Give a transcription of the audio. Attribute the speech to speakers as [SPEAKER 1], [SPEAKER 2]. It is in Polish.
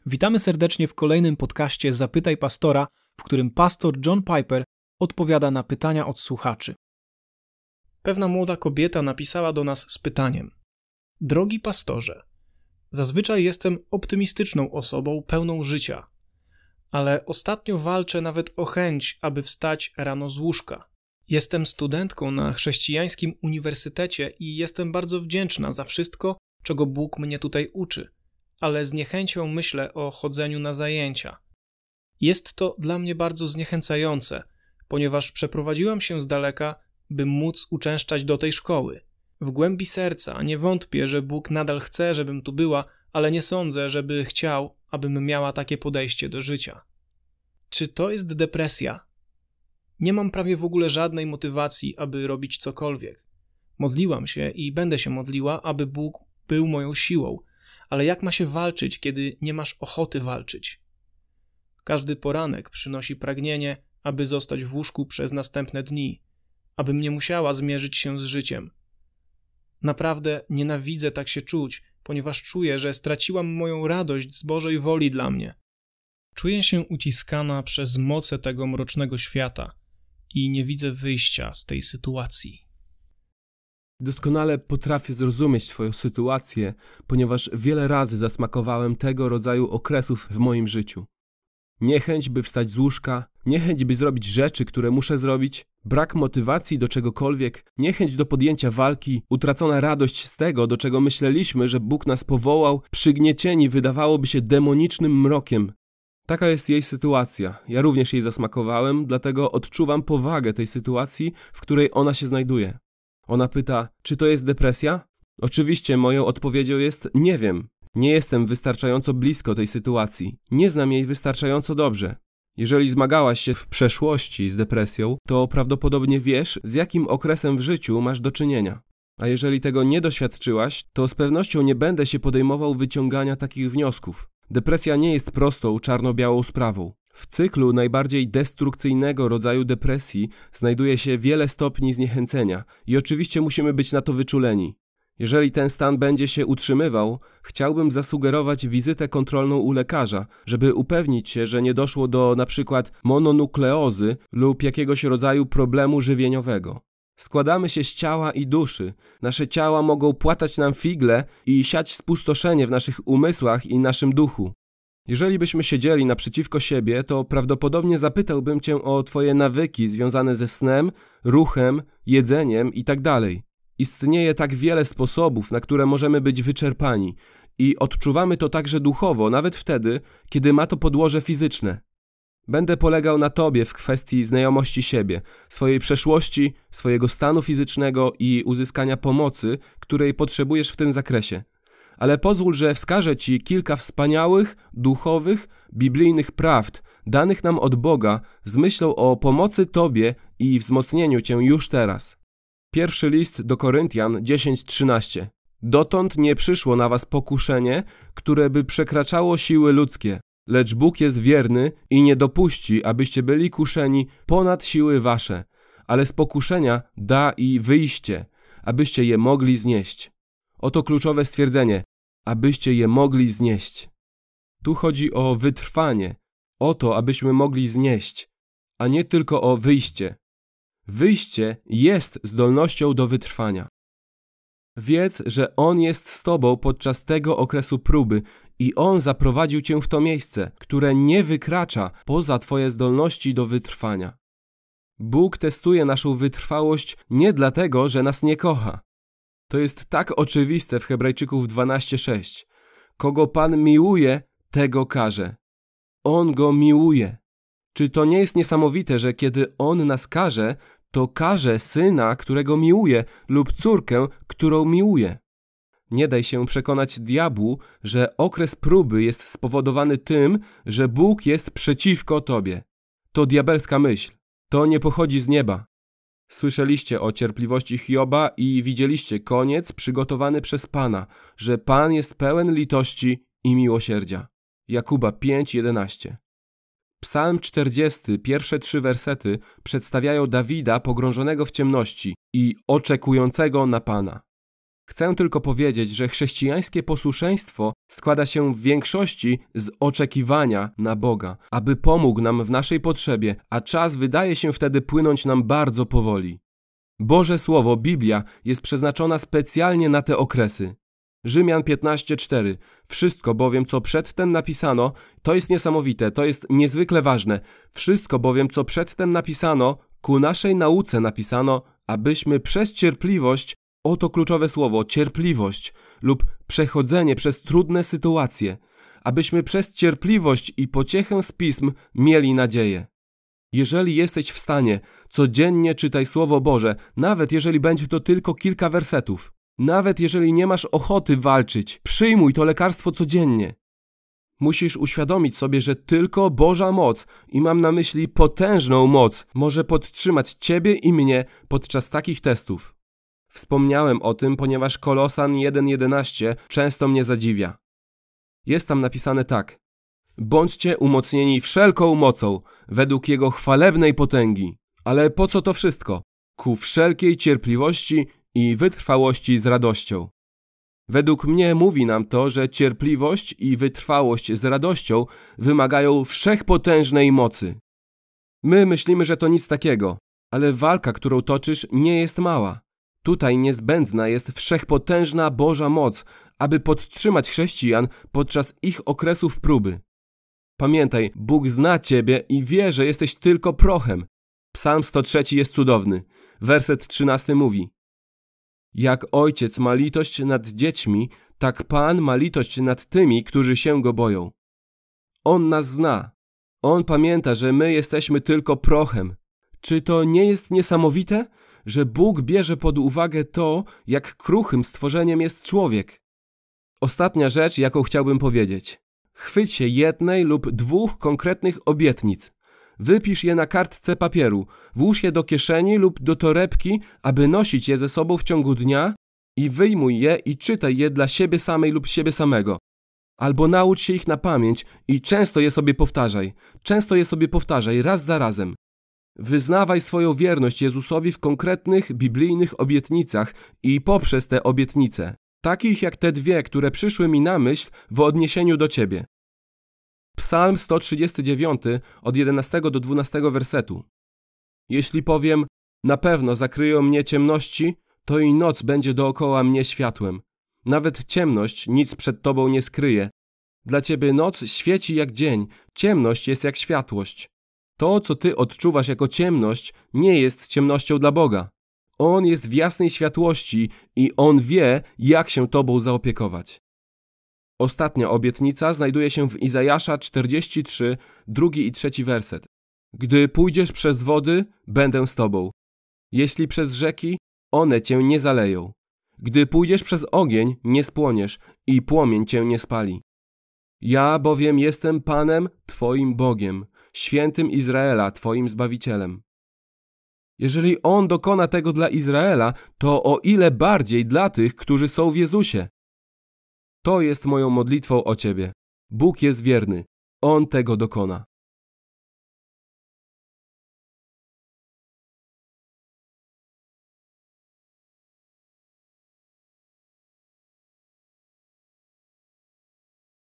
[SPEAKER 1] Witamy serdecznie w kolejnym podcaście Zapytaj Pastora, w którym pastor John Piper odpowiada na pytania od słuchaczy. Pewna młoda kobieta napisała do nas z pytaniem: Drogi pastorze, zazwyczaj jestem optymistyczną osobą pełną życia, ale ostatnio walczę nawet o chęć, aby wstać rano z łóżka. Jestem studentką na chrześcijańskim uniwersytecie i jestem bardzo wdzięczna za wszystko, czego Bóg mnie tutaj uczy, ale z niechęcią myślę o chodzeniu na zajęcia. Jest to dla mnie bardzo zniechęcające, ponieważ przeprowadziłam się z daleka, by móc uczęszczać do tej szkoły. W głębi serca nie wątpię, że Bóg nadal chce, żebym tu była, ale nie sądzę, żeby chciał, abym miała takie podejście do życia. Czy to jest depresja? Nie mam prawie w ogóle żadnej motywacji, aby robić cokolwiek. Modliłam się i będę się modliła, aby Bóg był moją siłą, ale jak ma się walczyć, kiedy nie masz ochoty walczyć? Każdy poranek przynosi pragnienie, aby zostać w łóżku przez następne dni, abym nie musiała zmierzyć się z życiem. Naprawdę nienawidzę tak się czuć, ponieważ czuję, że straciłam moją radość z Bożej woli dla mnie. Czuję się uciskana przez moce tego mrocznego świata i nie widzę wyjścia z tej sytuacji.
[SPEAKER 2] Doskonale potrafię zrozumieć Twoją sytuację, ponieważ wiele razy zasmakowałem tego rodzaju okresów w moim życiu. Niechęć, by wstać z łóżka, niechęć, by zrobić rzeczy, które muszę zrobić, brak motywacji do czegokolwiek, niechęć do podjęcia walki, utracona radość z tego, do czego myśleliśmy, że Bóg nas powołał, przygniecieni wydawałoby się demonicznym mrokiem. Taka jest jej sytuacja. Ja również jej zasmakowałem, dlatego odczuwam powagę tej sytuacji, w której ona się znajduje. Ona pyta, czy to jest depresja? Oczywiście moją odpowiedzią jest nie wiem. Nie jestem wystarczająco blisko tej sytuacji. Nie znam jej wystarczająco dobrze. Jeżeli zmagałaś się w przeszłości z depresją, to prawdopodobnie wiesz, z jakim okresem w życiu masz do czynienia. A jeżeli tego nie doświadczyłaś, to z pewnością nie będę się podejmował wyciągania takich wniosków. Depresja nie jest prostą, czarno-białą sprawą. W cyklu najbardziej destrukcyjnego rodzaju depresji znajduje się wiele stopni zniechęcenia i oczywiście musimy być na to wyczuleni. Jeżeli ten stan będzie się utrzymywał, chciałbym zasugerować wizytę kontrolną u lekarza, żeby upewnić się, że nie doszło do np. mononukleozy lub jakiegoś rodzaju problemu żywieniowego. Składamy się z ciała i duszy. Nasze ciała mogą płatać nam figle i siać spustoszenie w naszych umysłach i naszym duchu. Jeżeli byśmy siedzieli naprzeciwko siebie, to prawdopodobnie zapytałbym Cię o Twoje nawyki związane ze snem, ruchem, jedzeniem itd. Istnieje tak wiele sposobów, na które możemy być wyczerpani i odczuwamy to także duchowo, nawet wtedy, kiedy ma to podłoże fizyczne. Będę polegał na Tobie w kwestii znajomości siebie, swojej przeszłości, swojego stanu fizycznego i uzyskania pomocy, której potrzebujesz w tym zakresie. Ale pozwól, że wskażę Ci kilka wspaniałych, duchowych, biblijnych prawd danych nam od Boga z myślą o pomocy Tobie i wzmocnieniu Cię już teraz. Pierwszy list do Koryntian 10:13. Dotąd nie przyszło na was pokuszenie, które by przekraczało siły ludzkie, lecz Bóg jest wierny i nie dopuści, abyście byli kuszeni ponad siły wasze, ale z pokuszenia da i wyjście, abyście je mogli znieść. Oto kluczowe stwierdzenie, abyście je mogli znieść. Tu chodzi o wytrwanie, o to, abyśmy mogli znieść, a nie tylko o wyjście. Wyjście jest zdolnością do wytrwania. Wiedz, że On jest z Tobą podczas tego okresu próby i On zaprowadził Cię w to miejsce, które nie wykracza poza Twoje zdolności do wytrwania. Bóg testuje naszą wytrwałość nie dlatego, że nas nie kocha. To jest tak oczywiste w Hebrajczyków 12:6. Kogo Pan miłuje, tego karze. On go miłuje. Czy to nie jest niesamowite, że kiedy On nas karze, to karze syna, którego miłuje, lub córkę, którą miłuje? Nie daj się przekonać diabłu, że okres próby jest spowodowany tym, że Bóg jest przeciwko tobie. To diabelska myśl. To nie pochodzi z nieba. Słyszeliście o cierpliwości Hioba i widzieliście koniec przygotowany przez Pana, że Pan jest pełen litości i miłosierdzia. Jakuba 5:11. Psalm 40, pierwsze 3 wersety przedstawiają Dawida pogrążonego w ciemności i oczekującego na Pana. Chcę tylko powiedzieć, że chrześcijańskie posłuszeństwo składa się w większości z oczekiwania na Boga, aby pomógł nam w naszej potrzebie, a czas wydaje się wtedy płynąć nam bardzo powoli. Boże Słowo, Biblia, jest przeznaczona specjalnie na te okresy. Rzymian 15:4. Wszystko bowiem, co przedtem napisano, to jest niesamowite, to jest niezwykle ważne. Wszystko bowiem, co przedtem napisano, ku naszej nauce napisano, abyśmy przez cierpliwość, oto kluczowe słowo, cierpliwość lub przechodzenie przez trudne sytuacje, abyśmy przez cierpliwość i pociechę z pism mieli nadzieję. Jeżeli jesteś w stanie, codziennie czytaj Słowo Boże, nawet jeżeli będzie to tylko kilka wersetów. Nawet jeżeli nie masz ochoty walczyć, przyjmuj to lekarstwo codziennie. Musisz uświadomić sobie, że tylko Boża moc, i mam na myśli potężną moc, może podtrzymać ciebie i mnie podczas takich testów. Wspomniałem o tym, ponieważ Kolosan 1:11 często mnie zadziwia. Jest tam napisane tak: bądźcie umocnieni wszelką mocą, według Jego chwalebnej potęgi. Ale po co to wszystko? Ku wszelkiej cierpliwości i wytrwałości z radością. Według mnie mówi nam to, że cierpliwość i wytrwałość z radością wymagają wszechpotężnej mocy. My myślimy, że to nic takiego, ale walka, którą toczysz, nie jest mała. Tutaj niezbędna jest wszechpotężna Boża moc, aby podtrzymać chrześcijan podczas ich okresów próby. Pamiętaj, Bóg zna ciebie i wie, że jesteś tylko prochem. Psalm 103 jest cudowny. Werset 13 mówi: jak ojciec ma litość nad dziećmi, tak Pan ma litość nad tymi, którzy się Go boją. On nas zna. On pamięta, że my jesteśmy tylko prochem. Czy to nie jest niesamowite, że Bóg bierze pod uwagę to, jak kruchym stworzeniem jest człowiek? Ostatnia rzecz, jaką chciałbym powiedzieć. Chwyć się jednej lub dwóch konkretnych obietnic. Wypisz je na kartce papieru, włóż je do kieszeni lub do torebki, aby nosić je ze sobą w ciągu dnia i wyjmuj je i czytaj je dla siebie samej lub siebie samego. Albo naucz się ich na pamięć i często je sobie powtarzaj raz za razem. Wyznawaj swoją wierność Jezusowi w konkretnych, biblijnych obietnicach i poprzez te obietnice, takich jak te dwie, które przyszły mi na myśl w odniesieniu do ciebie. Psalm 139 od 11 do 12 wersetu. Jeśli powiem, na pewno zakryją mnie ciemności, to i noc będzie dookoła mnie światłem. Nawet ciemność nic przed Tobą nie skryje. Dla Ciebie noc świeci jak dzień, ciemność jest jak światłość. To, co Ty odczuwasz jako ciemność, nie jest ciemnością dla Boga. On jest w jasnej światłości i On wie, jak się Tobą zaopiekować. Ostatnia obietnica znajduje się w Izajasza 43, 2 i 3 werset. Gdy pójdziesz przez wody, będę z Tobą. Jeśli przez rzeki, one Cię nie zaleją. Gdy pójdziesz przez ogień, nie spłoniesz i płomień Cię nie spali. Ja bowiem jestem Panem, Twoim Bogiem, Świętym Izraela, Twoim Zbawicielem. Jeżeli On dokona tego dla Izraela, to o ile bardziej dla tych, którzy są w Jezusie. To jest moją modlitwą o Ciebie. Bóg jest wierny. On tego dokona.